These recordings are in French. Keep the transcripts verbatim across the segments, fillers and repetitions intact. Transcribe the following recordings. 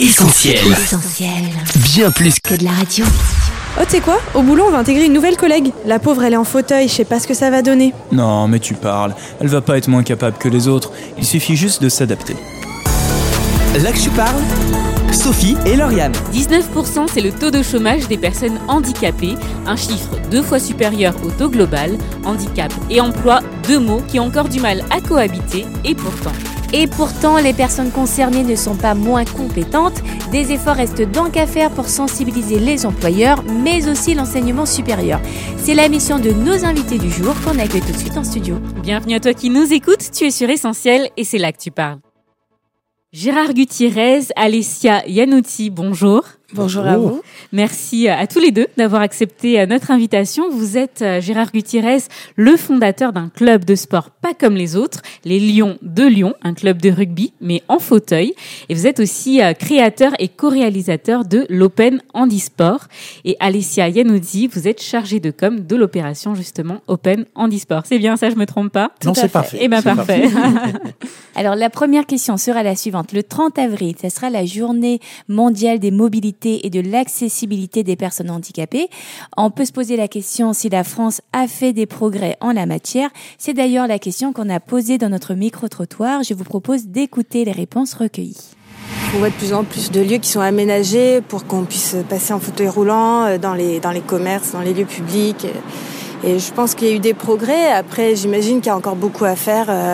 Essentiel. Essentiel. Bien plus Que de la radio. Oh, tu sais quoi ? Au boulot, on va intégrer une nouvelle collègue. La pauvre, elle est en fauteuil, je sais pas ce que ça va donner. Non, mais tu parles. Elle va pas être moins capable que les autres. Il suffit juste de s'adapter. Là que tu parles, Sophie et Lauriane. dix-neuf pour cent, c'est le taux de chômage des personnes handicapées, un chiffre deux fois supérieur au taux global. Handicap et emploi, deux mots qui ont encore du mal à cohabiter, et pourtant... Et pourtant, les personnes concernées ne sont pas moins compétentes. Des efforts restent donc à faire pour sensibiliser les employeurs, mais aussi l'enseignement supérieur. C'est la mission de nos invités du jour qu'on accueille tout de suite en studio. Bienvenue à toi qui nous écoutes, tu es sur Essentiel et c'est là que tu parles. Gérard Gutiérrez, Alessia Iannuzzi, bonjour. Bonjour à vous. Merci à tous les deux d'avoir accepté notre invitation. Vous êtes, Gérard Gutiérrez, le fondateur d'un club de sport pas comme les autres, les Lions de Lyon, un club de rugby, mais en fauteuil. Et vous êtes aussi créateur et co-réalisateur de l'Open Handisport. Et Alessia Iannuzzi, vous êtes chargée de com de l'opération justement Open Handisport. C'est bien ça, je me trompe pas ? Non, c'est parfait. Eh bien, parfait. parfait. Alors, la première question sera la suivante. Le trente avril, ça sera la journée mondiale des mobilités et de l'accessibilité des personnes handicapées. On peut se poser la question si la France a fait des progrès en la matière. C'est d'ailleurs la question qu'on a posée dans notre micro-trottoir. Je vous propose d'écouter les réponses recueillies. On voit de plus en plus de lieux qui sont aménagés pour qu'on puisse passer en fauteuil roulant dans les, dans les commerces, dans les lieux publics. Et je pense qu'il y a eu des progrès. Après, j'imagine qu'il y a encore beaucoup à faire euh,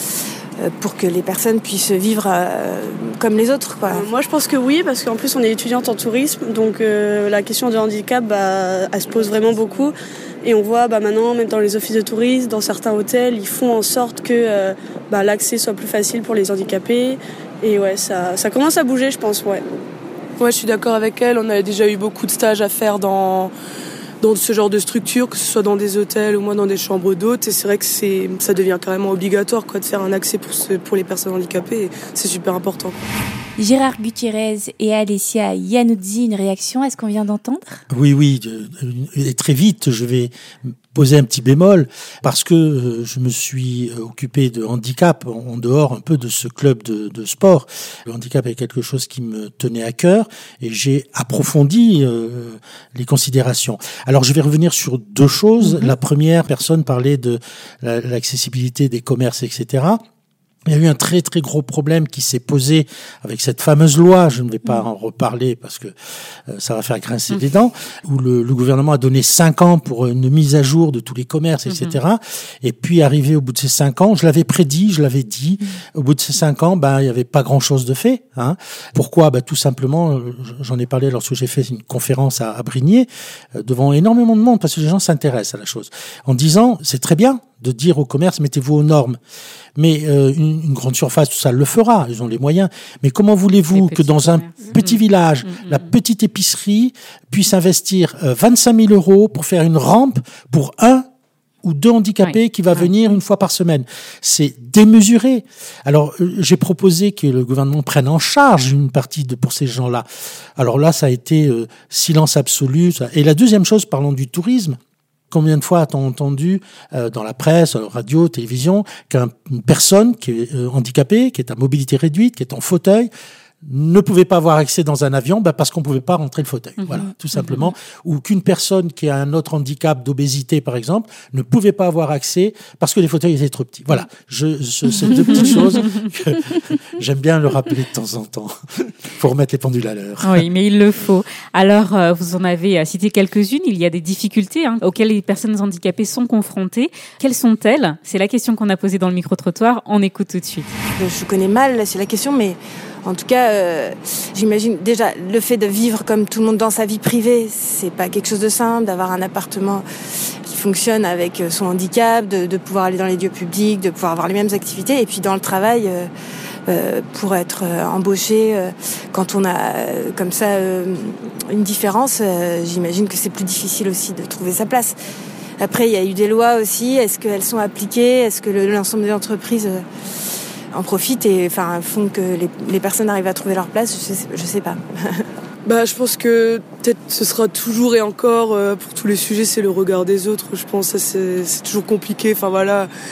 pour que les personnes puissent vivre euh, comme les autres, quoi. Euh, moi, je pense que oui, parce qu'en plus, on est étudiante en tourisme, donc euh, la question du handicap, bah, elle se pose vraiment beaucoup. Et on voit bah, maintenant, même dans les offices de tourisme, dans certains hôtels, ils font en sorte que euh, bah, l'accès soit plus facile pour les handicapés. Et ouais, ça, ça commence à bouger, je pense, ouais. Ouais, je suis d'accord avec elle. On a déjà eu beaucoup de stages à faire dans... dans ce genre de structure, que ce soit dans des hôtels ou moi dans des chambres d'hôtes. Et c'est vrai que c'est, ça devient carrément obligatoire quoi, de faire un accès pour, ce, pour les personnes handicapées. Et c'est super important. Gérard Gutiérrez et Alessia Iannuzzi, une réaction à ce qu'on vient d'entendre ? Oui, oui. Et très vite, je vais poser un petit bémol parce que je me suis occupé de handicap en dehors un peu de ce club de, de sport. Le handicap est quelque chose qui me tenait à cœur et j'ai approfondi euh, les considérations. Alors, je vais revenir sur deux choses. Mm-hmm. La première, personne parlait de la, l'accessibilité des commerces, et cetera. Il y a eu un très très gros problème qui s'est posé avec cette fameuse loi, je ne vais pas en reparler parce que euh, ça va faire grincer des dents, où le, le gouvernement a donné cinq ans pour une mise à jour de tous les commerces, et cetera. Et puis arrivé au bout de ces cinq ans, je l'avais prédit, je l'avais dit, au bout de ces cinq ans, ben il y avait pas grand-chose de fait. Hein. Pourquoi ? Ben tout simplement, j'en ai parlé lorsque j'ai fait une conférence à, à Brigné, euh, devant énormément de monde, parce que les gens s'intéressent à la chose, en disant c'est très bien de dire au commerce mettez-vous aux normes. Mais euh, une, une grande surface, tout ça le fera, ils ont les moyens. Mais comment voulez-vous que dans un commerces. petit village, mmh. la petite épicerie puisse investir euh, vingt-cinq mille euros pour faire une rampe pour un ou deux handicapés oui. qui va venir une fois par semaine. C'est démesuré. Alors, euh, j'ai proposé que le gouvernement prenne en charge une partie de pour ces gens-là. Alors là, ça a été euh, silence absolu. Ça. Et la deuxième chose, parlons du tourisme. Combien de fois a-t-on entendu euh, dans la presse, radio, télévision, qu'une personne qui est euh, handicapée, qui est à mobilité réduite, qui est en fauteuil, ne pouvait pas avoir accès dans un avion bah parce qu'on ne pouvait pas rentrer le fauteuil. Mmh. Voilà, tout simplement. Mmh. Ou qu'une personne qui a un autre handicap d'obésité, par exemple, ne pouvait pas avoir accès parce que les fauteuils étaient trop petits. Voilà, je, je, c'est deux petites choses que j'aime bien le rappeler de temps en temps. Il faut remettre les pendules à l'heure. Oui, mais il le faut. Alors, euh, vous en avez cité quelques-unes. Il y a des difficultés hein, auxquelles les personnes handicapées sont confrontées. Quelles sont-elles ? C'est la question qu'on a posée dans le micro-trottoir. On écoute tout de suite. Je connais mal, c'est la question, mais... En tout cas, euh, j'imagine déjà le fait de vivre comme tout le monde dans sa vie privée, c'est pas quelque chose de simple, d'avoir un appartement qui fonctionne avec son handicap, de, de pouvoir aller dans les lieux publics, de pouvoir avoir les mêmes activités, et puis dans le travail, euh, euh, pour être euh, embauché, euh, quand on a euh, comme ça euh, une différence, euh, j'imagine que c'est plus difficile aussi de trouver sa place. Après, il y a eu des lois aussi. Est-ce qu'elles sont appliquées ? Est-ce que le, l'ensemble des entreprises euh, en profitent et enfin font que les, les personnes arrivent à trouver leur place ? Je sais, je sais pas. Bah, je pense que peut-être ce sera toujours et encore euh, pour tous les sujets, c'est le regard des autres. Je pense que c'est, c'est toujours compliqué. Enfin voilà,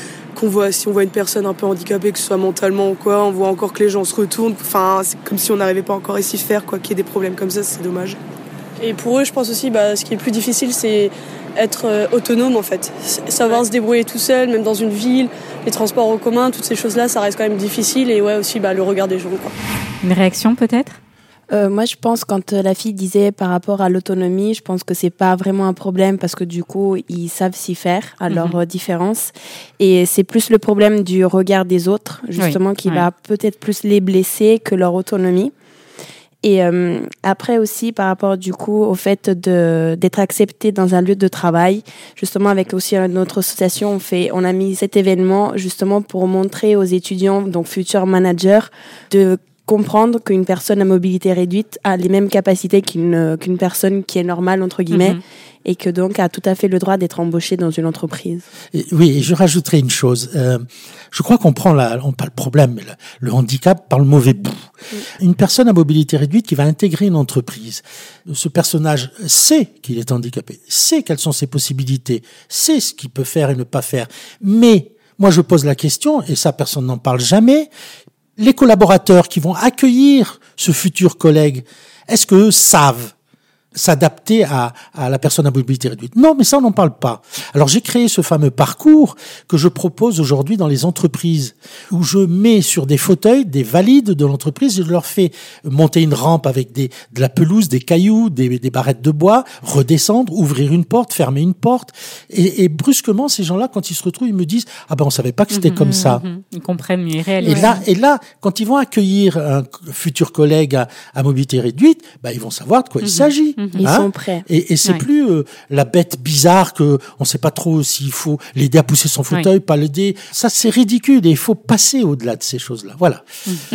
qu'on voit, si on voit une personne un peu handicapée, que ce soit mentalement ou quoi, on voit encore que les gens se retournent. Enfin, c'est comme si on n'arrivait pas encore à s'y faire, quoi. Qu'il y ait des problèmes comme ça, c'est dommage. Et pour eux, je pense aussi, bah, ce qui est le plus difficile, c'est être euh, autonome en fait. Savoir ouais. se débrouiller tout seul, même dans une ville, les transports en commun, toutes ces choses-là, ça reste quand même difficile. Et ouais, aussi bah, le regard des gens, quoi. Une réaction peut-être ? Euh, moi, je pense quand la fille disait par rapport à l'autonomie, je pense que c'est pas vraiment un problème parce que du coup, ils savent s'y faire à leur mm-hmm. différence. Et c'est plus le problème du regard des autres, justement, oui. qui ouais. va peut-être plus les blesser que leur autonomie. Et euh, après aussi, par rapport du coup au fait de d'être accepté dans un lieu de travail, justement avec aussi notre association, on fait, on a mis cet événement justement pour montrer aux étudiants, donc futurs managers, de comprendre qu'une personne à mobilité réduite a les mêmes capacités qu'une qu'une personne qui est normale entre guillemets. Mm-hmm. Et que donc a tout à fait le droit d'être embauché dans une entreprise. Et, oui, et je rajouterai une chose. Euh, je crois qu'on prend la, on pas le problème, mais le, le handicap par le mauvais bout. Oui. Une personne à mobilité réduite qui va intégrer une entreprise, ce personnage sait qu'il est handicapé, sait quelles sont ses possibilités, sait ce qu'il peut faire et ne pas faire. Mais moi, je pose la question, et ça, personne n'en parle jamais. Les collaborateurs qui vont accueillir ce futur collègue, est-ce qu'eux savent s'adapter à, à la personne à mobilité réduite? Non, mais ça, on n'en parle pas. Alors, j'ai créé ce fameux parcours que je propose aujourd'hui dans les entreprises, où je mets sur des fauteuils des valides de l'entreprise, je leur fais monter une rampe avec des, de la pelouse, des cailloux, des, des barrettes de bois, redescendre, ouvrir une porte, fermer une porte, et, et brusquement, ces gens-là, quand ils se retrouvent, ils me disent « Ah ben, on savait pas que c'était mmh, comme mmh, ça. Mmh. » Ils comprennent mieux, ils réalisent. Et là, et là, quand ils vont accueillir un futur collègue à, à mobilité réduite, ben, ils vont savoir de quoi mmh. il s'agit. Mmh. Ils hein sont prêts. Et, et c'est ouais. plus euh, la bête bizarre que on sait pas trop s'il faut l'aider à pousser son fauteuil, ouais. pas l'aider. Ça, c'est ridicule et il faut passer au-delà de ces choses-là. Voilà.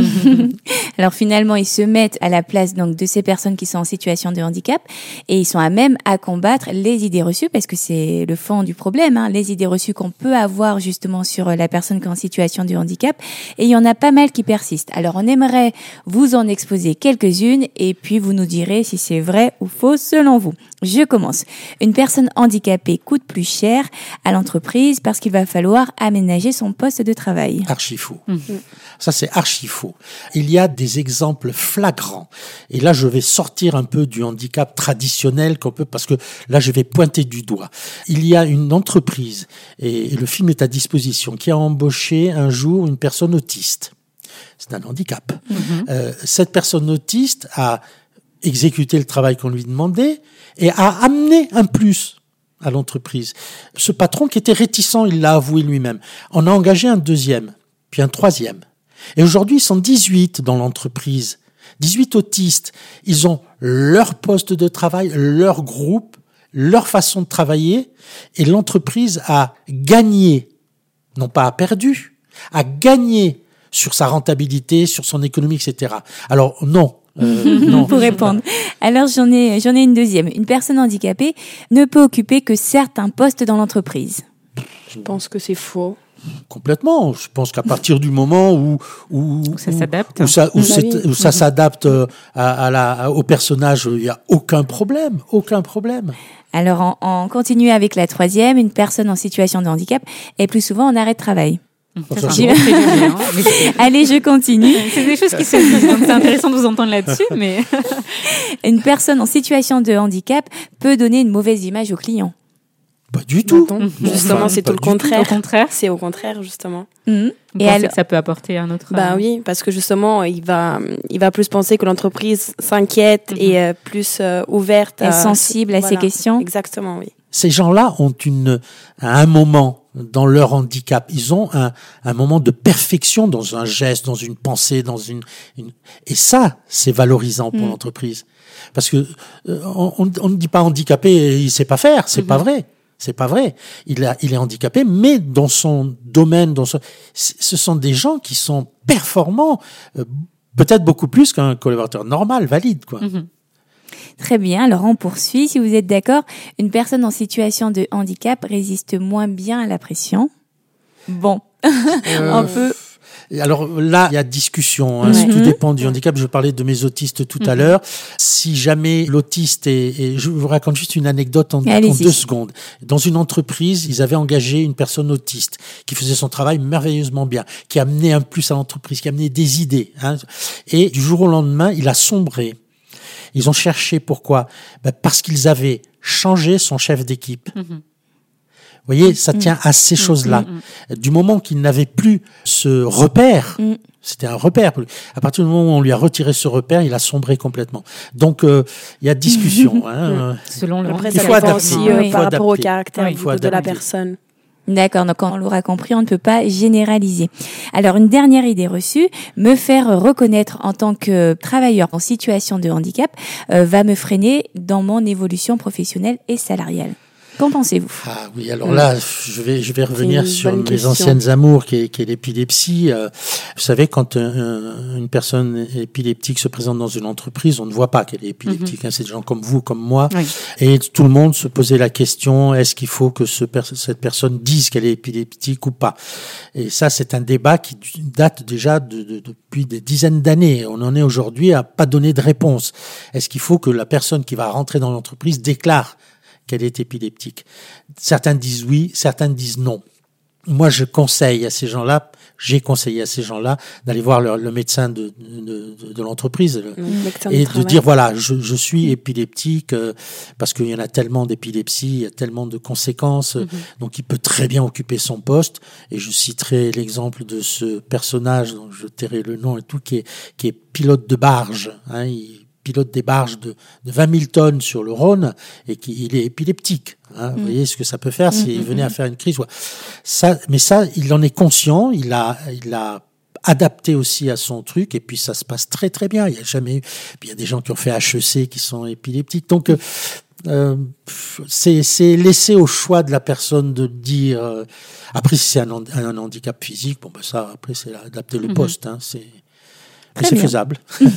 Alors finalement, ils se mettent à la place donc de ces personnes qui sont en situation de handicap et ils sont à même à combattre les idées reçues parce que c'est le fond du problème, hein, les idées reçues qu'on peut avoir justement sur la personne qui est en situation de handicap. Et il y en a pas mal qui persistent. Alors on aimerait vous en exposer quelques-unes et puis vous nous direz si c'est vrai ou faux selon vous. Je commence. Une personne handicapée coûte plus cher à l'entreprise parce qu'il va falloir aménager son poste de travail. Archi faux. Mmh. Ça, c'est archi faux. Il y a des exemples flagrants. Et là, je vais sortir un peu du handicap traditionnel qu'on peut, parce que là, je vais pointer du doigt. Il y a une entreprise, et le film est à disposition, qui a embauché un jour une personne autiste. C'est un handicap. Mmh. Euh, cette personne autiste a exécuter le travail qu'on lui demandait et a amené un plus à l'entreprise. Ce patron qui était réticent, il l'a avoué lui-même. On a engagé un deuxième, puis un troisième. Et aujourd'hui, ils sont dix-huit dans l'entreprise. dix-huit autistes. Ils ont leur poste de travail, leur groupe, leur façon de travailler et l'entreprise a gagné, non pas a perdu, a gagné sur sa rentabilité, sur son économie, et cetera. Alors non, Euh, non. Pour répondre. Alors j'en ai, j'en ai une deuxième. Une personne handicapée ne peut occuper que certains postes dans l'entreprise. Je pense que c'est faux. Complètement. Je pense qu'à partir du moment où où, où ça s'adapte, où ça, où c'est, où ça s'adapte à, à la, à, au personnage, il y a aucun problème, aucun problème. Alors on, on continue avec la troisième. Une personne en situation de handicap est plus souvent en arrêt de travail. Ça, J'y... Allez, je continue. C'est des choses qui se disent, donc c'est intéressant de vous entendre là-dessus. Mais une personne en situation de handicap peut donner une mauvaise image au client. Pas du tout. Attends, justement, enfin, c'est tout le contraire. Au contraire. C'est au contraire, justement. Mmh. Vous Et pensez alors... que ça peut apporter un autre... Bah oui, parce que justement, il va, il va plus penser que l'entreprise s'inquiète mmh. et euh, plus euh, ouverte. Et à... sensible à voilà. ces questions. Exactement, oui. Ces gens-là ont une, à un moment dans leur handicap, ils ont un, un moment de perfection dans un geste, dans une pensée, dans une, une... et ça, c'est valorisant pour mmh. l'entreprise. Parce que euh, on, on ne dit pas handicapé, il sait pas faire, c'est mmh. pas vrai. C'est pas vrai. Il, a, il est handicapé, mais dans son domaine, dans son, ce sont des gens qui sont performants, euh, peut-être beaucoup plus qu'un collaborateur normal, valide, quoi. Mmh. Très bien, alors on poursuit. Si vous êtes d'accord, une personne en situation de handicap résiste moins bien à la pression. Bon, euh, on peut... Alors là, il y a discussion. Hein, Mm-hmm. Tout dépend du handicap. Je parlais de mes autistes tout mm-hmm. à l'heure. Si jamais l'autiste est, est... Je vous raconte juste une anecdote en, en deux secondes. Dans une entreprise, ils avaient engagé une personne autiste qui faisait son travail merveilleusement bien, qui amenait un plus à l'entreprise, qui amenait des idées. Hein, et du jour au lendemain, il a sombré. Ils ont cherché pourquoi ? Ben parce qu'ils avaient changé son chef d'équipe. Mm-hmm. Vous voyez, ça tient à ces choses-là. Mmh, mmh. Du moment qu'il n'avait plus ce repère, mmh. c'était un repère. À partir du moment où on lui a retiré ce repère, il a sombré complètement. Donc, euh, il y a discussion. Hein. Selon le Après, il ça faut dépend adapter. aussi Oui. euh, Il faut par rapport au adapter. caractère Oui, du faut coup, de la adapter. personne. D'accord, donc on l'aura compris, on ne peut pas généraliser. Alors, une dernière idée reçue, me faire reconnaître en tant que travailleur en situation de handicap euh, va me freiner dans mon évolution professionnelle et salariale. Qu'en pensez-vous ? Ah oui, alors là, je vais je vais revenir sur mes question. anciennes amours, qui est, qui est l'épilepsie. Euh, vous savez, quand un, une personne épileptique se présente dans une entreprise, on ne voit pas qu'elle est épileptique. Mm-hmm. Hein, c'est des gens comme vous, comme moi, oui. Et tout le monde se posait la question est-ce qu'il faut que ce cette personne dise qu'elle est épileptique ou pas ? Et ça, c'est un débat qui date déjà de, de, depuis des dizaines d'années. On en est aujourd'hui à pas donner de réponse. Est-ce qu'il faut que la personne qui va rentrer dans l'entreprise déclare qu'elle est épileptique? Certains disent oui, certains disent non. Moi, je conseille à ces gens-là, j'ai conseillé à ces gens-là d'aller voir le, le médecin de, de, de, de l'entreprise mmh. et de, de dire voilà, je, je suis épileptique euh, parce qu'il y en a tellement d'épilepsie, il y a tellement de conséquences, mmh. donc il peut très bien occuper son poste. Et je citerai l'exemple de ce personnage, dont je tairai le nom et tout, qui est, qui est pilote de barge. Hein, il, pilote des barges de, de vingt mille tonnes sur le Rhône et qu'il est épileptique. Hein, mmh. Vous voyez ce que ça peut faire s'il mmh. venait à faire une crise. Ça, mais ça, il en est conscient, il a, il a adapté aussi à son truc et puis ça se passe très très bien. Il y a jamais eu, puis il y a des gens qui ont fait H E C qui sont épileptiques. Donc, euh, c'est, c'est laissé au choix de la personne de dire. Euh, après, si c'est un, un handicap physique, bon ben ça, après c'est adapter le mmh. poste. Hein, c'est Mais c'est faisable.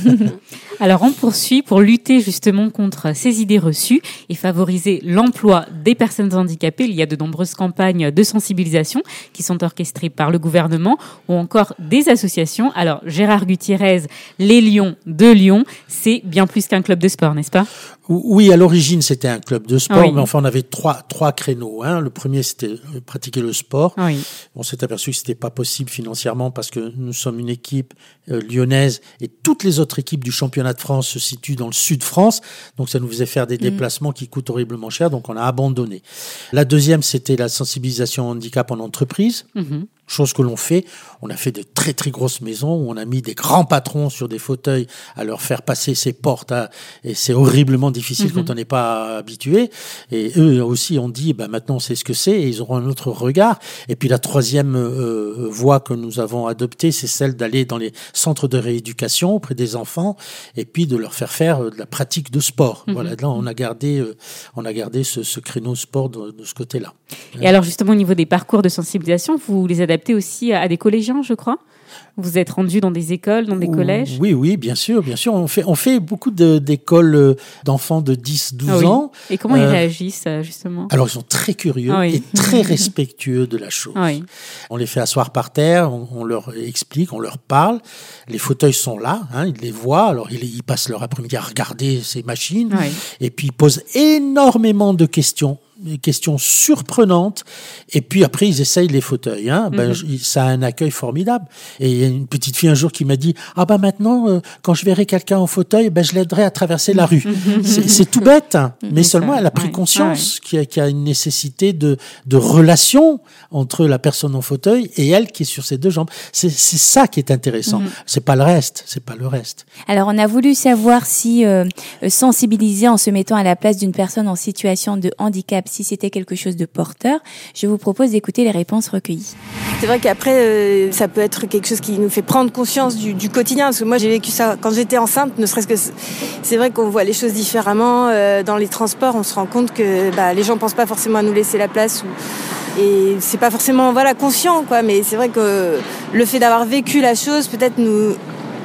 Alors, on poursuit pour lutter justement contre ces idées reçues et favoriser l'emploi des personnes handicapées. Il y a de nombreuses campagnes de sensibilisation qui sont orchestrées par le gouvernement ou encore des associations. Alors, Gérard Gutiérrez, les Lions de Lyon, c'est bien plus qu'un club de sport, n'est-ce pas ? Oui, à l'origine, c'était un club de sport, oui. mais enfin, on avait trois, trois créneaux. Hein. Le premier, c'était pratiquer le sport. Oui. On s'est aperçu que c'était pas possible financièrement parce que nous sommes une équipe euh, lyonnaise et toutes les autres équipes du championnat de France se situent dans le sud de France. Donc, ça nous faisait faire des mmh. déplacements qui coûtent horriblement cher. Donc, on a abandonné. La deuxième, c'était la sensibilisation au handicap en entreprise. Mmh. Chose que l'on fait. On a fait de très très grosses maisons où on a mis des grands patrons sur des fauteuils à leur faire passer ces portes. À, et c'est horriblement difficile mmh. quand on n'est pas habitué. Et eux aussi ont dit, bah, maintenant on sait ce que c'est et ils auront un autre regard. Et puis la troisième euh, voie que nous avons adoptée, c'est celle d'aller dans les centres de rééducation auprès des enfants et puis de leur faire faire de la pratique de sport. Mmh. Voilà, là on a gardé, euh, on a gardé ce, ce créneau sport de, de ce côté-là. Et alors justement au niveau des parcours de sensibilisation, vous les adaptez aussi à des collégiens, je crois ? Vous êtes rendu dans des écoles, dans des collèges ? Oui, oui, bien sûr, bien sûr. On fait, on fait beaucoup de, d'écoles d'enfants de dix, douze ah oui. ans. Et comment euh, ils réagissent, justement ? Alors, ils sont très curieux ah oui. et très respectueux de la chose. Ah oui. On les fait asseoir par terre, on, on leur explique, on leur parle. Les fauteuils sont là, hein, ils les voient. Alors, ils, ils passent leur après-midi à regarder ces machines. Ah oui. Et puis, ils posent énormément de questions. Des questions surprenantes, et puis après ils essayent les fauteuils. Hein. Ben, mm-hmm. ça a un accueil formidable. Et il y a une petite fille un jour qui m'a dit ah ben maintenant euh, quand je verrai quelqu'un en fauteuil, ben je l'aiderai à traverser la rue. Mm-hmm. c'est, c'est tout bête, hein. mm-hmm. mais seulement elle a pris ouais. conscience ah, ouais. qu'il, y a, qu'il y a une nécessité de de relation entre la personne en fauteuil et elle qui est sur ses deux jambes. C'est, c'est ça qui est intéressant. Mm-hmm. C'est pas le reste. C'est pas le reste. Alors on a voulu savoir si euh, sensibiliser en se mettant à la place d'une personne en situation de handicap, si c'était quelque chose de porteur. Je vous propose d'écouter les réponses recueillies. C'est vrai qu'après, euh, ça peut être quelque chose qui nous fait prendre conscience du, du quotidien. Parce que moi, j'ai vécu ça quand j'étais enceinte, ne serait-ce que... C'est vrai qu'on voit les choses différemment. Euh, dans les transports, on se rend compte que bah, les gens pensent pas forcément à nous laisser la place. Ou... Et c'est pas forcément voilà, conscient, quoi. Mais c'est vrai que le fait d'avoir vécu la chose, peut-être nous...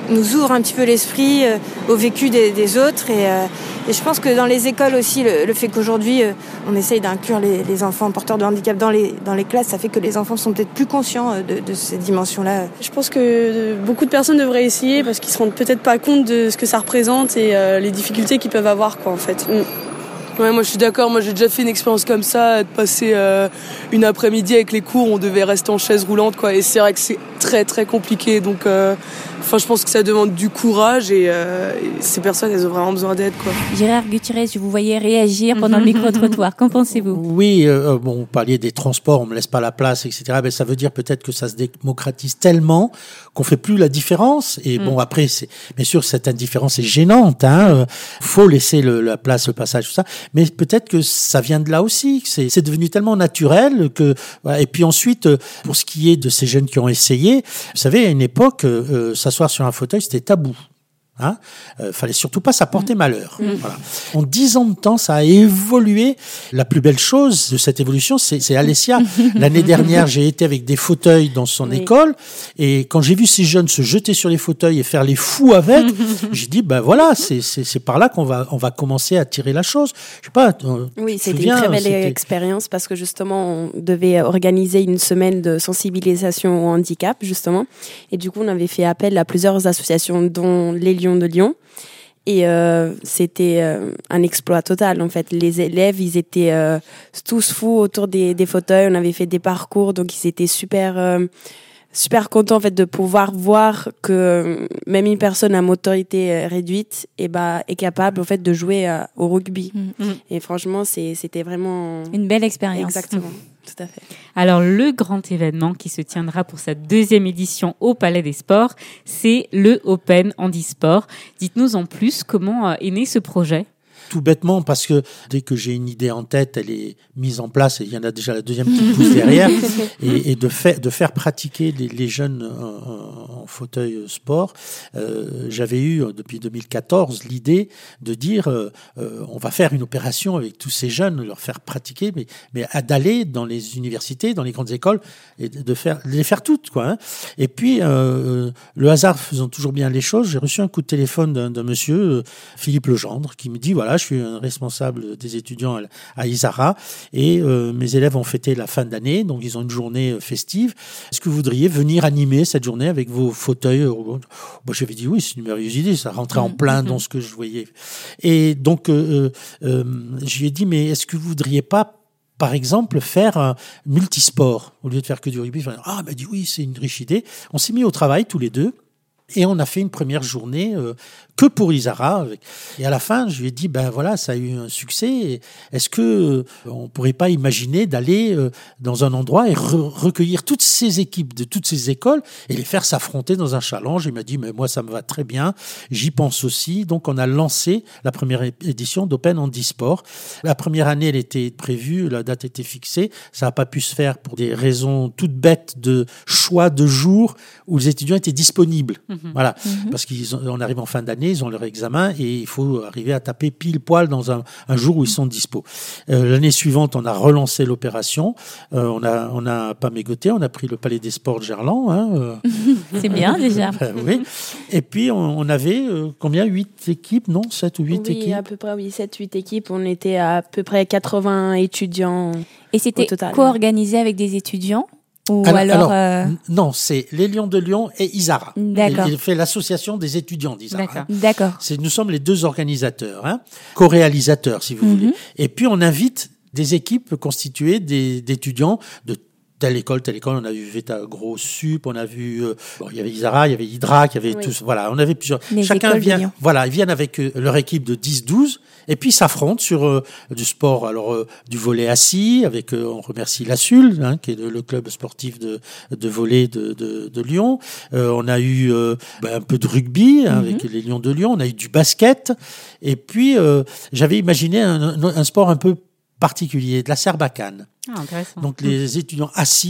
nous ouvre un petit peu l'esprit euh, au vécu des, des autres. Et, euh, et je pense que dans les écoles aussi, le, le fait qu'aujourd'hui, euh, on essaye d'inclure les, les enfants porteurs de handicap dans les, dans les classes, ça fait que les enfants sont peut-être plus conscients euh, de, de ces dimensions-là. Je pense que beaucoup de personnes devraient essayer parce qu'ils se rendent peut-être pas compte de ce que ça représente et euh, les difficultés qu'ils peuvent avoir, quoi, en fait. Mm. Ouais, moi je suis d'accord, moi j'ai déjà fait une expérience comme ça, de passer euh, une après-midi avec les cours, on devait rester en chaise roulante, quoi, et c'est vrai que c'est très très compliqué, donc euh, enfin je pense que ça demande du courage et, euh, et ces personnes elles ont vraiment besoin d'aide, quoi. Gérard Gutiérrez, je vous voyais réagir pendant le micro-trottoir, qu'en pensez-vous? Oui, euh, bon, vous parliez des transports, on me laisse pas la place, et cetera. Ben, ça veut dire peut-être que ça se démocratise tellement qu'on fait plus la différence. Et mm. bon, après, c'est bien sûr cette indifférence est gênante. Hein. Euh, faut laisser le, la place, le passage, tout ça. Mais peut-être que ça vient de là aussi. C'est, c'est devenu tellement naturel que. Voilà. Et puis ensuite, pour ce qui est de ces jeunes qui ont essayé, vous savez, à une époque, euh, s'asseoir sur un fauteuil, c'était tabou. Hein, euh, fallait surtout pas s'apporter mmh. malheur. Mmh. Voilà. En dix ans de temps, ça a évolué. La plus belle chose de cette évolution, c'est, c'est Alessia. L'année dernière, j'ai été avec des fauteuils dans son oui. école, et quand j'ai vu ces jeunes se jeter sur les fauteuils et faire les fous avec, j'ai dit ben voilà, c'est c'est c'est par là qu'on va on va commencer à tirer la chose. Je sais pas. Oui, c'était souviens, une très belle c'était... expérience parce que justement, on devait organiser une semaine de sensibilisation au handicap justement, et du coup, on avait fait appel à plusieurs associations, dont les Lions de Lyon, et euh, c'était euh, un exploit total en fait. Les élèves, ils étaient euh, tous fous autour des, des fauteuils. On avait fait des parcours, donc ils étaient super euh, super contents en fait de pouvoir voir que euh, même une personne à motorité euh, réduite et bah est capable en fait de jouer euh, au rugby. Mmh. Et franchement, c'est c'était vraiment une belle expérience. Exactement. Mmh. Tout à fait. Alors, le grand événement qui se tiendra pour sa deuxième édition au Palais des Sports, c'est le Open Handisport. Dites-nous en plus, comment est né ce projet ? Tout bêtement, parce que dès que j'ai une idée en tête, elle est mise en place et il y en a déjà la deuxième qui pousse derrière. Et, et de, fait, de faire pratiquer les, les jeunes en, en fauteuil sport, euh, j'avais eu depuis deux mille quatorze l'idée de dire euh, euh, on va faire une opération avec tous ces jeunes, leur faire pratiquer, mais, mais d'aller dans les universités, dans les grandes écoles et de faire, les faire toutes, quoi. Hein. Et puis, euh, le hasard faisant toujours bien les choses, j'ai reçu un coup de téléphone d'un, d'un monsieur, Philippe Legendre, qui me dit voilà, je suis un responsable des étudiants à Isara et euh, mes élèves ont fêté la fin d'année, donc ils ont une journée festive. Est-ce que vous voudriez venir animer cette journée avec vos fauteuils ? Bon, j'avais dit oui, c'est une merveilleuse idée, ça rentrait en plein dans ce que je voyais. Et donc, euh, euh, je lui ai dit, mais est-ce que vous voudriez pas, par exemple, faire un multisport au lieu de faire que du rugby ? Ah, elle m'a dit oui, c'est une riche idée. On s'est mis au travail tous les deux. Et on a fait une première journée euh, que pour Isara. Et à la fin, je lui ai dit, ben voilà, ça a eu un succès. Est-ce que euh, on pourrait pas imaginer d'aller euh, dans un endroit et re- recueillir toutes ces équipes de toutes ces écoles et les faire s'affronter dans un challenge ? Il m'a dit, mais moi, ça me va très bien. J'y pense aussi. Donc, on a lancé la première édition d'Open Handisport. La première année, elle était prévue, la date était fixée. Ça n'a pas pu se faire pour des raisons toutes bêtes de choix de jours où les étudiants étaient disponibles. Mmh. Voilà, mmh. parce qu'on arrive en fin d'année, ils ont leur examen et il faut arriver à taper pile poil dans un, un jour où ils sont dispo. Euh, l'année suivante, on a relancé l'opération, euh, on a on a pas mégoté, on a pris le Palais des Sports de Gerland. Hein, euh. C'est bien déjà. Ben, oui. Et puis on, on avait euh, combien, huit équipes, non, sept ou huit oui, équipes. Oui, à peu près, oui, sept, huit équipes. On était à, à peu près quatre-vingts étudiants. Et c'était co-organisé avec des étudiants? Ou alors, alors, alors euh... non, c'est les Lions de Lyon et Isara. D'accord. Il, il fait l'association des étudiants d'Isara. D'accord. D'accord. C'est, nous sommes les deux organisateurs, hein, co-réalisateurs, si vous mm-hmm. voulez. Et puis on invite des équipes constituées des, d'étudiants de telle école, telle école. On a vu Veta Gros Sup, on a vu, euh, bon, il y avait Isara, il y avait Hydra, il y avait oui. tous, voilà, on avait plusieurs. Les Chacun vient, voilà, ils viennent avec euh, leur équipe de dix douze, et puis ils s'affrontent sur euh, du sport, alors euh, du volley assis, avec, euh, on remercie la S U L, hein, qui est le, le club sportif de, de volley de, de, de Lyon. Euh, on a eu euh, ben, un peu de rugby, hein, mm-hmm. avec les Lions de Lyon, on a eu du basket, et puis euh, j'avais imaginé un, un, un sport un peu particulier, de la serbacane. Ah, intéressant. Donc les étudiants assis,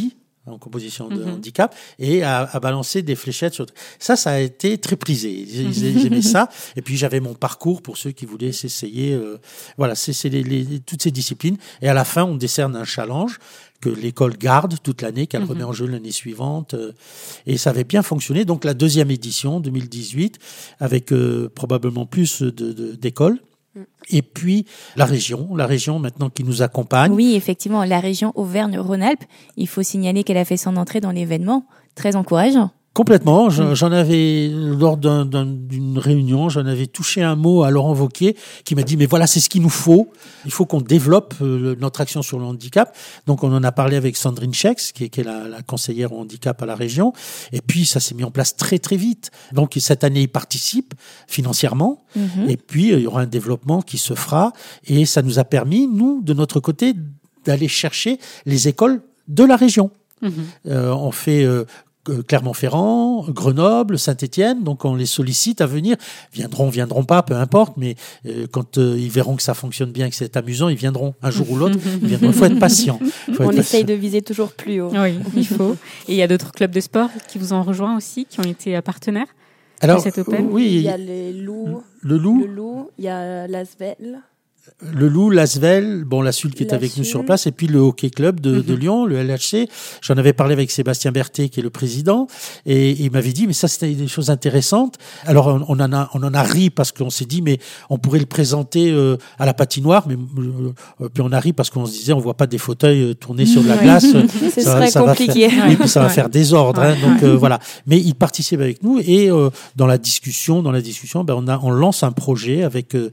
en composition de Mm-hmm. handicap et à, à balancer des fléchettes sur... Ça, ça a été très prisé. Ils, ils aimaient ça. Et puis, j'avais mon parcours pour ceux qui voulaient s'essayer. Euh, voilà, c'est, c'est les, les, toutes ces disciplines. Et à la fin, on décerne un challenge que l'école garde toute l'année, qu'elle mm-hmm. remet en jeu l'année suivante. Euh, et ça avait bien fonctionné. Donc, la deuxième édition, deux mille dix-huit, avec euh, probablement plus de, de, d'écoles. Et puis la région, la région maintenant qui nous accompagne. Oui, effectivement, la région Auvergne-Rhône-Alpes. Il faut signaler qu'elle a fait son entrée dans l'événement. Très encourageant. Complètement. J'en, j'en avais, lors d'un, d'un, d'une réunion, j'en avais touché un mot à Laurent Wauquiez qui m'a dit, mais voilà, c'est ce qu'il nous faut. Il faut qu'on développe euh, notre action sur le handicap. Donc, on en a parlé avec Sandrine Schex, qui est, qui est la, la conseillère au handicap à la région. Et puis, ça s'est mis en place très, très vite. Donc, cette année, il participe financièrement. Mm-hmm. Et puis, il y aura un développement qui se fera. Et ça nous a permis, nous, de notre côté, d'aller chercher les écoles de la région. Mm-hmm. Euh, on fait... Euh, Clermont-Ferrand, Grenoble, Saint-Étienne, donc on les sollicite à venir, viendront, viendront pas, peu importe, mais euh, quand euh, ils verront que ça fonctionne bien, que c'est amusant, ils viendront un jour ou l'autre. Il faut être patient. Faut on être essaye patient. de viser toujours plus haut. Oui, il faut. Et il y a d'autres clubs de sport qui vous ont rejoint aussi, qui ont été partenaires Alors, à cette Open. Oui, il y a les loups, le loup, le loup, il y a l'Asvel. Le Loup, l'Asvel, bon, la Sul qui est la avec Sul. nous sur place, et puis le Hockey Club de, mm-hmm. de Lyon, le L H C. J'en avais parlé avec Sébastien Berthet, qui est le président, et il m'avait dit, mais ça, c'était des choses intéressantes. Alors, on, on en a, on en a ri parce qu'on s'est dit, mais on pourrait le présenter euh, à la patinoire, mais euh, puis on a ri parce qu'on se disait, on voit pas des fauteuils tourner sur de la glace. Ce ça, serait ça compliqué. Va faire, oui, puis ça va faire désordre, hein, donc euh, voilà. Mais il participe avec nous, et euh, dans la discussion, dans la discussion, ben on a, on lance un projet avec euh,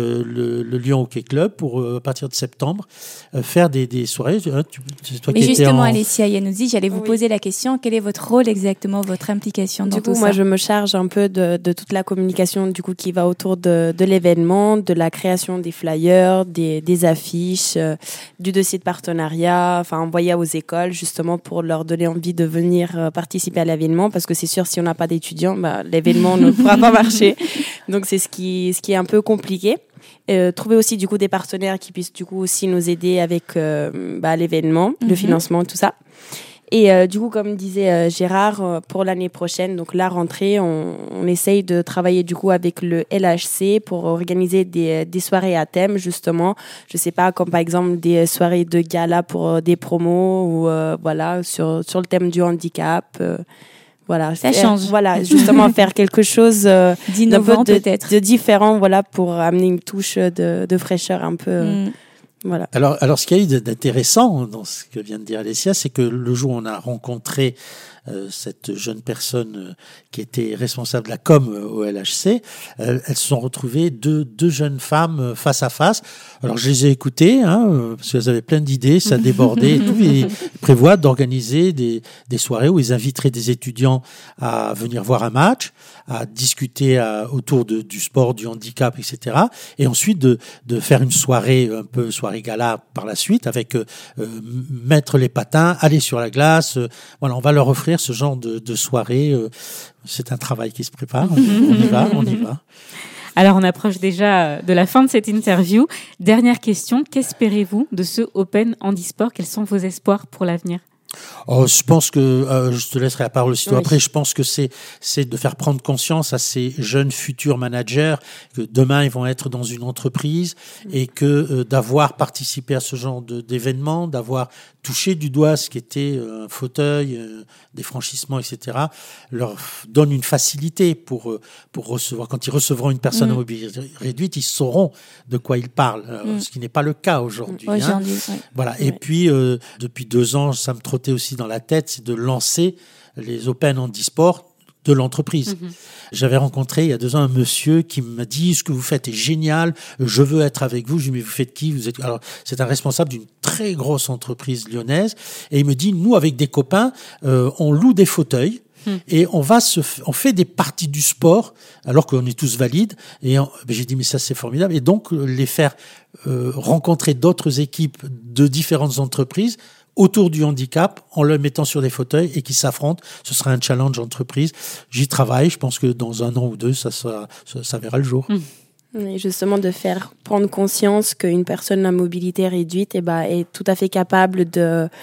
le, le Lyon Hockey Club pour à partir de septembre, euh, faire des, des soirées. Hein, tu, c'est toi Mais qui justement, en... Alessia Iannuzzi, j'allais vous oui. poser la question, quel est votre rôle exactement, votre implication dans du tout coup, ça? Moi, je me charge un peu de, de toute la communication du coup, qui va autour de, de l'événement, de la création des flyers, des, des affiches, euh, du dossier de partenariat, enfin envoyer aux écoles justement pour leur donner envie de venir euh, participer à l'événement, parce que c'est sûr, si on n'a pas d'étudiants, bah, l'événement ne pourra pas marcher. Donc, c'est ce qui, ce qui est un peu compliqué. Euh, trouver aussi du coup des partenaires qui puissent du coup aussi nous aider avec euh, bah, l'événement, mm-hmm. le financement, tout ça. Et euh, du coup, comme disait euh, Gérard, euh, pour l'année prochaine, donc la rentrée, on, on essaye de travailler du coup avec le L H C pour organiser des, des soirées à thème justement. Je sais pas, comme par exemple des soirées de gala pour euh, des promos ou euh, voilà sur sur le thème du handicap. Euh, Voilà, ça faire, change. Voilà, justement faire quelque chose euh, d'innovant de, peut-être, de différent, voilà, pour amener une touche de, de fraîcheur un peu. Mm. Voilà. Alors, alors, ce qu'il y a eu d'intéressant dans ce que vient de dire Alessia, c'est que le jour où on a rencontré euh, cette jeune personne euh, qui était responsable de la com euh, au L H C, euh, elles se sont retrouvées deux, deux jeunes femmes euh, face à face. Alors, je les ai écoutées, hein, euh, parce qu'elles avaient plein d'idées, ça débordait et tout, et ils prévoient d'organiser des, des soirées où ils inviteraient des étudiants à venir voir un match, à discuter à, autour de, du sport, du handicap, et cetera. Et ensuite de, de faire une soirée, un peu soirée gala par la suite, avec euh, mettre les patins, aller sur la glace. Euh, voilà, on va leur offrir ce genre de, de soirée. Euh, c'est un travail qui se prépare. On y va, on y va. Alors, on approche déjà de la fin de cette interview. Dernière question, qu'espérez-vous de ce Open Handisport? Quels sont vos espoirs pour l'avenir? Oh, je pense que euh, je te laisserai la parole aussitôt oui. après. Je pense que c'est c'est de faire prendre conscience à ces jeunes futurs managers que demain ils vont être dans une entreprise et que euh, d'avoir participé à ce genre de, d'événements, d'avoir touché du doigt ce qui était un fauteuil, euh, des franchissements, et cetera, leur donne une facilité pour euh, pour recevoir. Quand ils recevront une personne mmh. à mobilité réduite, ils sauront de quoi ils parlent, alors, mmh. ce qui n'est pas le cas aujourd'hui. Aujourd'hui, hein. ouais. Voilà. Et ouais. puis euh, depuis deux ans, ça me trottait aussi dans la tête, c'est de lancer les Open Handisport de l'entreprise. Mmh. J'avais rencontré il y a deux ans un monsieur qui m'a dit « Ce que vous faites est génial, je veux être avec vous. » Je lui ai dit « Mais vous faites qui ?» Vous êtes... Alors, c'est un responsable d'une très grosse entreprise lyonnaise et il me dit « Nous, avec des copains, euh, on loue des fauteuils. » Et on va se, f- on fait des parties du sport alors qu'on est tous valides. Et on, ben j'ai dit mais ça c'est formidable. Et donc les faire euh, rencontrer d'autres équipes de différentes entreprises autour du handicap en le mettant sur des fauteuils et qui s'affrontent. Ce sera un challenge entreprise. J'y travaille. Je pense que dans un an ou deux, ça, sera, ça, ça verra le jour. Mmh. Et justement de faire prendre conscience qu'une personne à mobilité réduite eh ben, est tout à fait capable de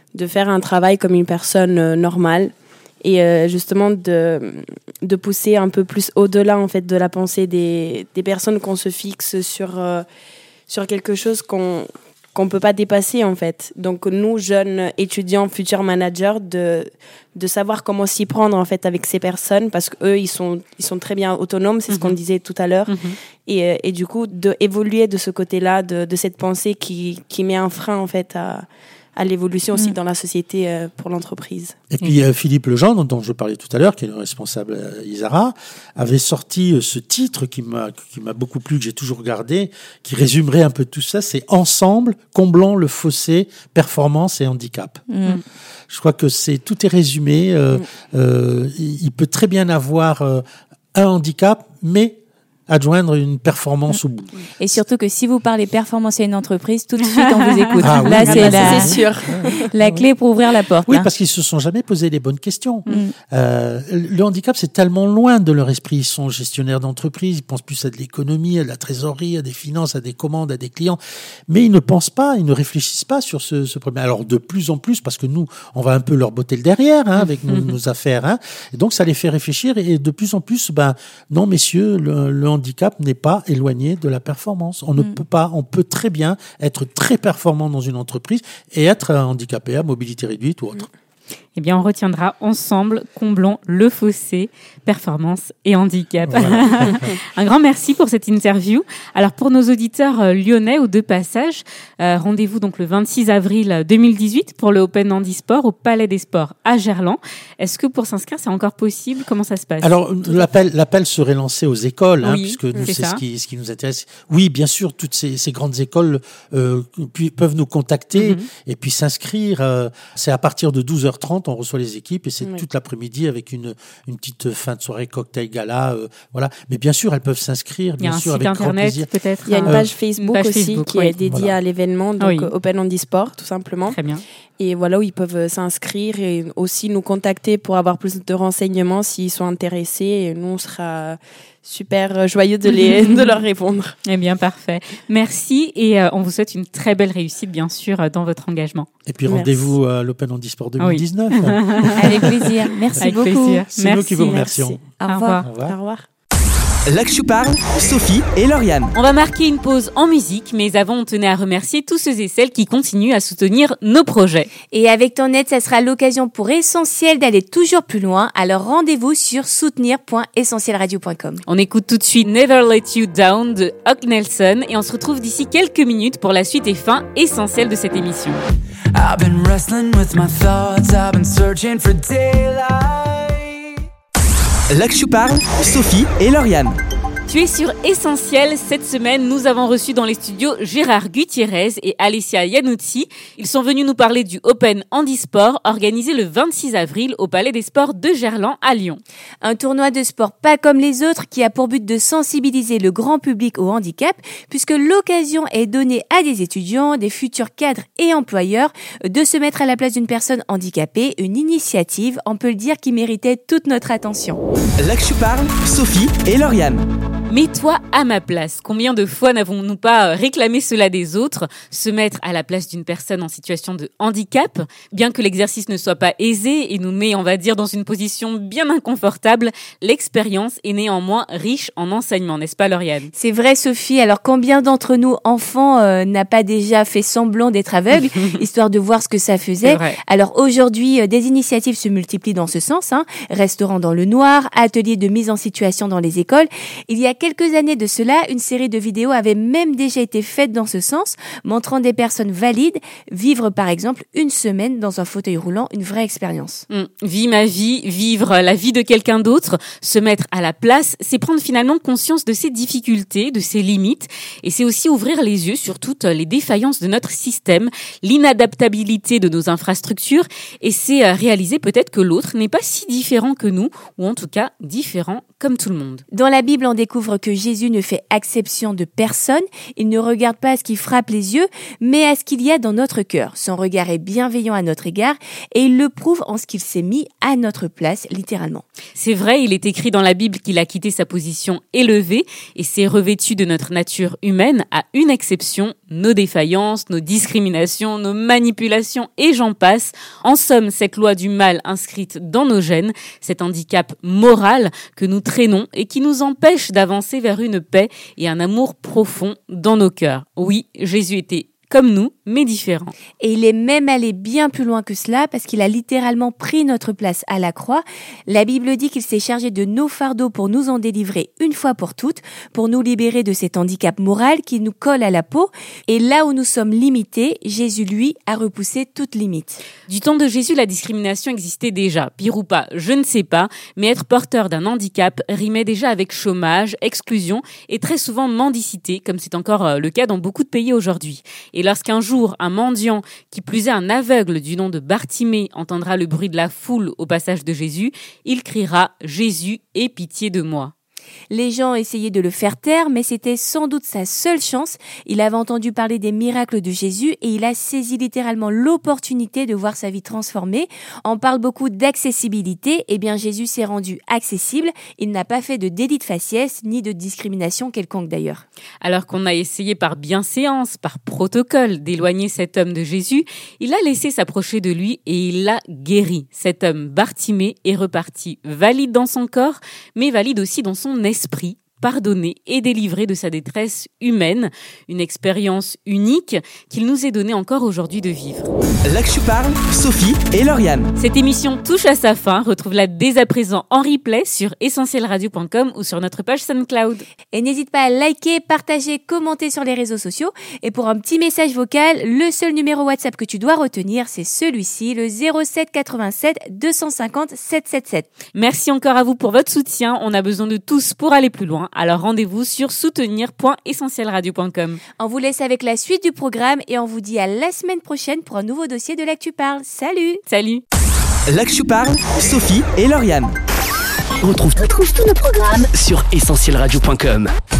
de faire un travail comme une personne euh, normale. Et euh, justement de, de pousser un peu plus au-delà en fait de la pensée des, des personnes qu'on se fixe sur, euh, sur quelque chose qu'on qu'on peut pas dépasser en fait. Donc nous, jeunes étudiants, futurs managers, de, de savoir comment s'y prendre en fait avec ces personnes parce qu'eux, ils sont, ils sont très bien autonomes, c'est mm-hmm. ce qu'on disait tout à l'heure. Mm-hmm. Et, et du coup, d'évoluer de ce côté-là, de, de cette pensée qui, qui met un frein en fait à... à l'évolution aussi mmh. dans la société euh, pour l'entreprise. Et puis euh, Philippe Legendre, dont je parlais tout à l'heure, qui est le responsable euh, Isara, avait sorti euh, ce titre qui m'a qui m'a beaucoup plu, que j'ai toujours gardé, qui résumerait un peu tout ça, c'est Ensemble, comblons le fossé, performance et handicap. Mmh. Je crois que c'est tout est résumé. Euh, mmh. euh, il, il peut très bien avoir euh, un handicap, mais adjoindre une performance au bout. Et surtout que si vous parlez performance à une entreprise, tout de suite on vous écoute. Ah, oui, Là, oui, c'est, oui, la, c'est sûr. la clé pour ouvrir la porte. Oui, hein. parce qu'ils se sont jamais posé les bonnes questions. Mm. Euh, le handicap, c'est tellement loin de leur esprit. Ils sont gestionnaires d'entreprise, ils pensent plus à de l'économie, à de la trésorerie, à des finances, à des commandes, à des clients. Mais ils ne pensent pas, ils ne réfléchissent pas sur ce, ce problème. Alors de plus en plus, parce que nous, on va un peu leur botter le derrière hein, avec nos, nos affaires. Hein. Et donc ça les fait réfléchir. Et de plus en plus, ben non, messieurs, le, le handicap n'est pas éloigné de la performance. On ne mm. peut pas, on peut très bien être très performant dans une entreprise et être handicapé à mobilité réduite ou autre. Eh bien, on retiendra ensemble, comblons le fossé, performance et handicap. Voilà. Un grand merci pour cette interview. Alors, pour nos auditeurs euh, lyonnais ou de passage, euh, rendez-vous donc le vingt-six avril deux mille dix-huit pour le Open Handisport au Palais des Sports à Gerland. Est-ce que pour s'inscrire, c'est encore possible? Comment ça se passe? Alors, l'appel, l'appel serait lancé aux écoles, hein, oui, puisque nous, c'est, c'est ce qui, ce qui nous intéresse. Oui, bien sûr, toutes ces, ces grandes écoles euh, puis, peuvent nous contacter mm-hmm. et puis s'inscrire. Euh, c'est à partir de douze heures trente, on reçoit les équipes et c'est oui. toute l'après-midi avec une, une petite fin de soirée, cocktail, gala, euh, voilà. Mais bien sûr, elles peuvent s'inscrire, bien sûr, avec grand plaisir. Peut-être. Il y a une page Facebook une page aussi Facebook, qui oui. est dédiée voilà. à l'événement, donc oui. Open Handisport, tout simplement. Très bien. Et voilà où ils peuvent s'inscrire et aussi nous contacter pour avoir plus de renseignements s'ils sont intéressés. Et nous, on sera super joyeux de, les, de leur répondre. Eh bien, parfait. Merci et euh, on vous souhaite une très belle réussite, bien sûr, dans votre engagement. Et puis, rendez-vous Merci. à l'Open Handisport deux mille dix-neuf. Oui. Avec plaisir. Merci Avec beaucoup. Plaisir. C'est Merci. nous qui vous remercions. Merci. Au revoir. Au revoir. Au revoir. Là que je parle, Sophie et Lauriane. On va marquer une pause en musique, mais avant, on tenait à remercier tous ceux et celles qui continuent à soutenir nos projets. Et avec ton aide, ça sera l'occasion pour Essentiel d'aller toujours plus loin. Alors rendez-vous sur soutenir point essentiel radio point com. On écoute tout de suite Never Let You Down de Hawk Nelson et on se retrouve d'ici quelques minutes pour la suite et fin essentielle de cette émission. I've been wrestling with my thoughts, I've been searching for daylight. Là que je parle, Sophie et Lauriane. Tu es sur Essentiel. Cette semaine, nous avons reçu dans les studios Gérard Gutiérrez et Alessia Iannuzzi. Ils sont venus nous parler du Open Handisport organisé le vingt-six avril au Palais des Sports de Gerland à Lyon. Un tournoi de sport pas comme les autres qui a pour but de sensibiliser le grand public au handicap puisque l'occasion est donnée à des étudiants, des futurs cadres et employeurs de se mettre à la place d'une personne handicapée. Une initiative, on peut le dire, qui méritait toute notre attention. Là que je parle, Sophie et Lauriane. Mets-toi à ma place. Combien de fois n'avons-nous pas réclamé cela des autres? Se mettre à la place d'une personne en situation de handicap, bien que l'exercice ne soit pas aisé et nous met, on va dire, dans une position bien inconfortable, l'expérience est néanmoins riche en enseignements, n'est-ce pas Lauriane? C'est vrai Sophie, alors combien d'entre nous, enfants, euh, n'a pas déjà fait semblant d'être aveugle, histoire de voir ce que ça faisait? Alors aujourd'hui, euh, des initiatives se multiplient dans ce sens, hein. Restaurants dans le noir, ateliers de mise en situation dans les écoles. Il y a quelques années de cela, une série de vidéos avait même déjà été faite dans ce sens, montrant des personnes valides vivre par exemple une semaine dans un fauteuil roulant, une vraie expérience. Mmh. Vie ma vie, vivre la vie de quelqu'un d'autre, se mettre à la place, c'est prendre finalement conscience de ses difficultés, de ses limites, et c'est aussi ouvrir les yeux sur toutes les défaillances de notre système, l'inadaptabilité de nos infrastructures, et c'est réaliser peut-être que l'autre n'est pas si différent que nous, ou en tout cas différent comme tout le monde. Dans la Bible, on découvre délivre que Jésus ne fait exception de personne. Il ne regarde pas à ce qui frappe les yeux, mais à ce qu'il y a dans notre cœur. Son regard est bienveillant à notre égard et il le prouve en ce qu'il s'est mis à notre place, littéralement. C'est vrai, il est écrit dans la Bible qu'il a quitté sa position élevée et s'est revêtu de notre nature humaine, à une exception, nos défaillances, nos discriminations, nos manipulations et j'en passe. En somme, cette loi du mal inscrite dans nos gènes, cet handicap moral que nous traînons et qui nous empêche d'avancer vers une paix et un amour profond dans nos cœurs. Oui, Jésus était comme nous, mais différent. Et il est même allé bien plus loin que cela parce qu'il a littéralement pris notre place à la croix. La Bible dit qu'il s'est chargé de nos fardeaux pour nous en délivrer une fois pour toutes, pour nous libérer de cet handicap moral qui nous colle à la peau. Et là où nous sommes limités, Jésus, lui, a repoussé toute limite. Du temps de Jésus, la discrimination existait déjà. Pire ou pas, je ne sais pas, mais être porteur d'un handicap rimait déjà avec chômage, exclusion et très souvent mendicité, comme c'est encore le cas dans beaucoup de pays aujourd'hui. Et lorsqu'un jour, un mendiant, qui plus est un aveugle du nom de Bartimée, entendra le bruit de la foule au passage de Jésus, il criera « Jésus, aie pitié de moi ». Les gens essayaient de le faire taire, mais c'était sans doute sa seule chance. Il avait entendu parler des miracles de Jésus et il a saisi littéralement l'opportunité de voir sa vie transformée. On parle beaucoup d'accessibilité. Eh bien, Jésus s'est rendu accessible. Il n'a pas fait de délit de faciès, ni de discrimination quelconque d'ailleurs. Alors qu'on a essayé par bienséance, par protocole, d'éloigner cet homme de Jésus, il a laissé s'approcher de lui et il l'a guéri. Cet homme Bartimée est reparti valide dans son corps, mais valide aussi dans son esprit, pardonné et délivré de sa détresse humaine, une expérience unique qu'il nous est donné encore aujourd'hui de vivre. Là que je parle, Sophie et Lauriane. Cette émission touche à sa fin. Retrouve-la dès à présent en replay sur essentiel radio point com ou sur notre page SoundCloud. Et n'hésite pas à liker, partager, commenter sur les réseaux sociaux. Et pour un petit message vocal, le seul numéro WhatsApp que tu dois retenir, c'est celui-ci, le zéro sept quatre-vingt-sept deux cent cinquante sept cent soixante-dix-sept. Merci encore à vous pour votre soutien. On a besoin de tous pour aller plus loin. Alors rendez-vous sur soutenir point essentiel radio point com. On vous laisse avec la suite du programme et on vous dit à la semaine prochaine pour un nouveau dossier de Là que tu parles. Salut! Salut! Là que tu parles, Sophie et Lauriane. On retrouve, retrouve tous nos programmes sur essentiel radio point com.